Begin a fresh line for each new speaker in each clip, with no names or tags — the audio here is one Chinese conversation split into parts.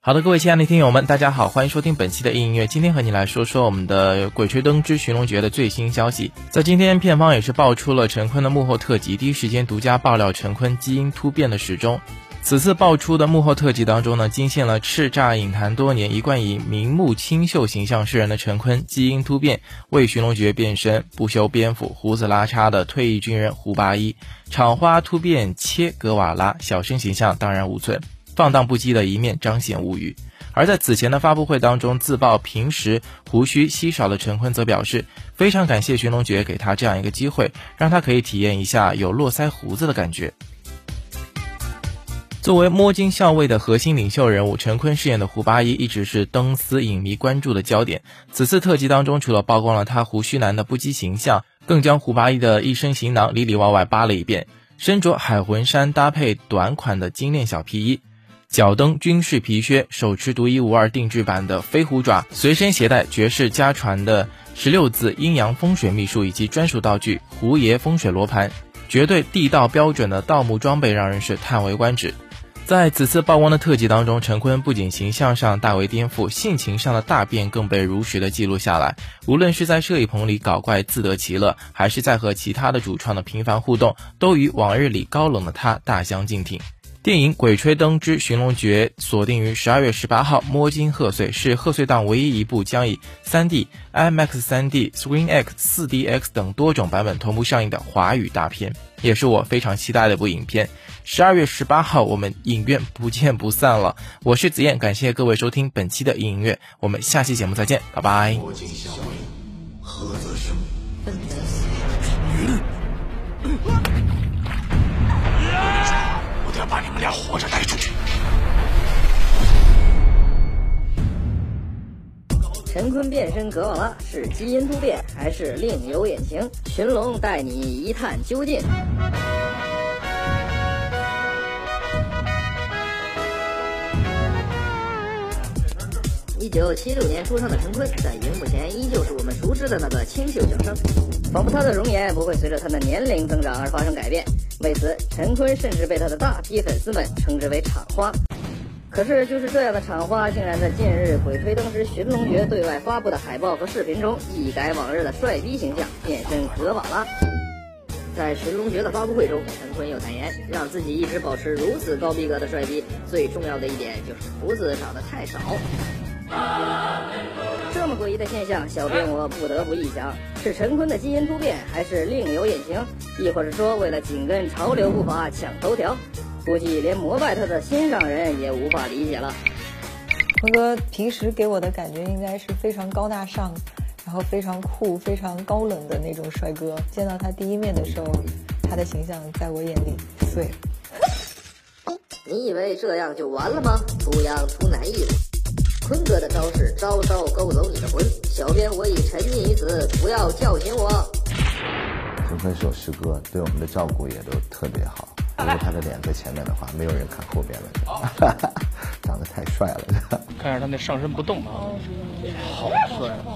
好的，各位亲爱的听友们，大家好，欢迎收听本期的音乐。今天和你来说说我们的《鬼吹灯之寻龙诀》的最新消息。在今天，片方也是爆出了陈坤的幕后特辑，第一时间独家爆料陈坤基因突变的始终。此次爆出的幕后特辑当中呢，惊现了叱咤影坛多年、一贯以明目清秀形象示人的陈坤基因突变，为寻龙诀变身，不修边幅、胡子拉碴的退役军人胡八一，厂花突变切格瓦拉，小生形象当然无存。放荡不羁的一面彰显无语。而在此前的发布会当中，自曝平时胡须稀少的陈坤则表示，非常感谢寻龙诀给他这样一个机会，让他可以体验一下有络腮胡子的感觉。作为摸金校尉的核心领袖人物，陈坤饰演的胡八一一直是灯丝影迷关注的焦点。此次特辑当中，除了曝光了他胡须男的不羁形象，更将胡八一的一身行囊里里外外扒了一遍，身着海魂衫搭配短款的精炼小皮衣，脚蹬军事皮靴，手持独一无二定制版的飞虎爪，随身携带绝世家传的16字阴阳风水秘术以及专属道具胡爷风水罗盘，绝对地道标准的盗墓装备让人是叹为观止。在此次曝光的特辑当中，陈坤不仅形象上大为颠覆，性情上的大变更被如实的记录下来。无论是在摄影棚里搞怪自得其乐，还是在和其他的主创的频繁互动，都与往日里高冷的他大相径庭。电影《鬼吹灯之寻龙诀》锁定于12月18号摸金贺岁，是贺岁档唯一一部将以 3D、IMAX3D、ScreenX、4DX 等多种版本同步上映的华语大片，也是我非常期待的一部影片。12月18号我们影院不见不散了。我是子燕，感谢各位收听本期的音乐，我们下期节目再见，拜拜。
摸金校尉，何则生？我得要把你们俩活着带出去。
陈坤变身格瓦拉是基因突变还是另有隐情？寻龙带你一探究竟。1976年出生的陈坤，在荧幕前依旧是我们熟知的那个清秀小生，仿佛他的容颜不会随着他的年龄增长而发生改变。为此，陈坤甚至被他的大批粉丝们称之为厂花。可是就是这样的厂花，竟然在近日《鬼吹灯之寻龙诀》对外发布的海报和视频中，一改往日的帅逼形象，变身格瓦拉。在寻龙诀的发布会中，陈坤又坦言，让自己一直保持如此高逼格的帅逼，最重要的一点就是胡子长得太少。这么诡异的现象，小编我不得不臆想，是陈坤的基因突变，还是另有隐情？亦或是说为了紧跟潮流步伐抢头条？估计连膜拜他的心上人也无法理解了。
坤哥平时给我的感觉应该是非常高大上，然后非常酷、非常高冷的那种帅哥。见到他第一面的时候，他的形象在我眼里碎了。
你以为这样就完了吗？图样图哪意思？坤哥的招式招招勾走你的魂，小编我已沉溺于此，不要叫醒我。
陈坤是我师哥，对我们的照顾也都特别好。如果他的脸在前面的话，没有人看后边了。长得太帅了。
看着他那上身不动啊，好帅啊！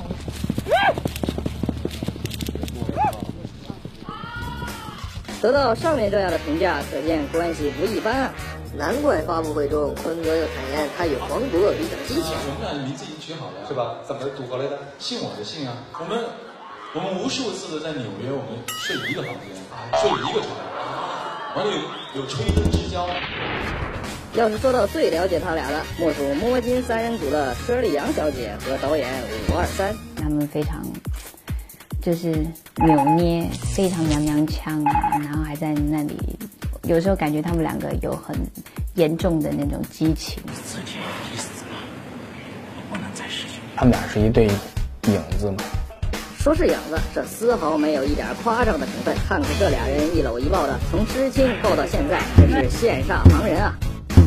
得到上面这样的评价，可见关系不一般啊。难怪发布会中坤哥又坦言他与黄渤比较激情。
那名字已经取好了是吧？怎么组合来的？姓我的姓啊。我们无数次的在纽约，我们睡一个房间，睡一个床，完了有吹灯之交。
要是说到最了解他俩的，莫属摸金三人组的佘丽阳小姐和导演523。
他们非常就是扭捏，非常娘娘腔啊，然后还在那里，有时候感觉他们两个有很严重的那种激情。
自己已死了，不能再使用。
他们俩是一对影子嘛。
说是影子，这丝毫没有一点夸张的成分。看看这俩人一搂一抱的，从知青抱到现在，真是羡煞旁人啊！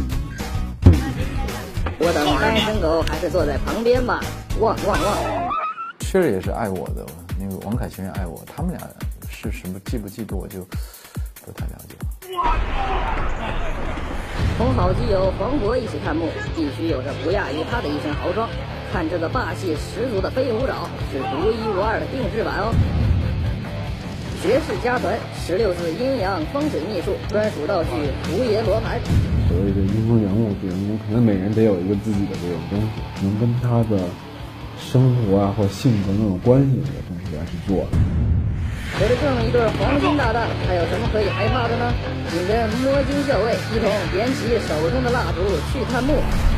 我等单身狗还是坐在旁边吧，汪汪汪！
确实也是爱我的，那个王凯旋也爱我，他们俩是什么嫉不嫉妒我就不太了解了。
同好基友黄渤一起看幕，必须有着不亚于他的一身豪装。看这个霸气十足的飞虎爪，是独一无二的定制版哦。绝世家传16字阴阳风水秘术，专属道具胡爷罗盘。
所谓的英雄人物主人公，可能每人得有一个自己的这种东西，能跟他的生活啊或性格能有关系的东西来去做。
有了这么一对黄金搭档，还有什么可以害怕的呢？紧跟摸金校尉一同点起手中的蜡烛去探墓。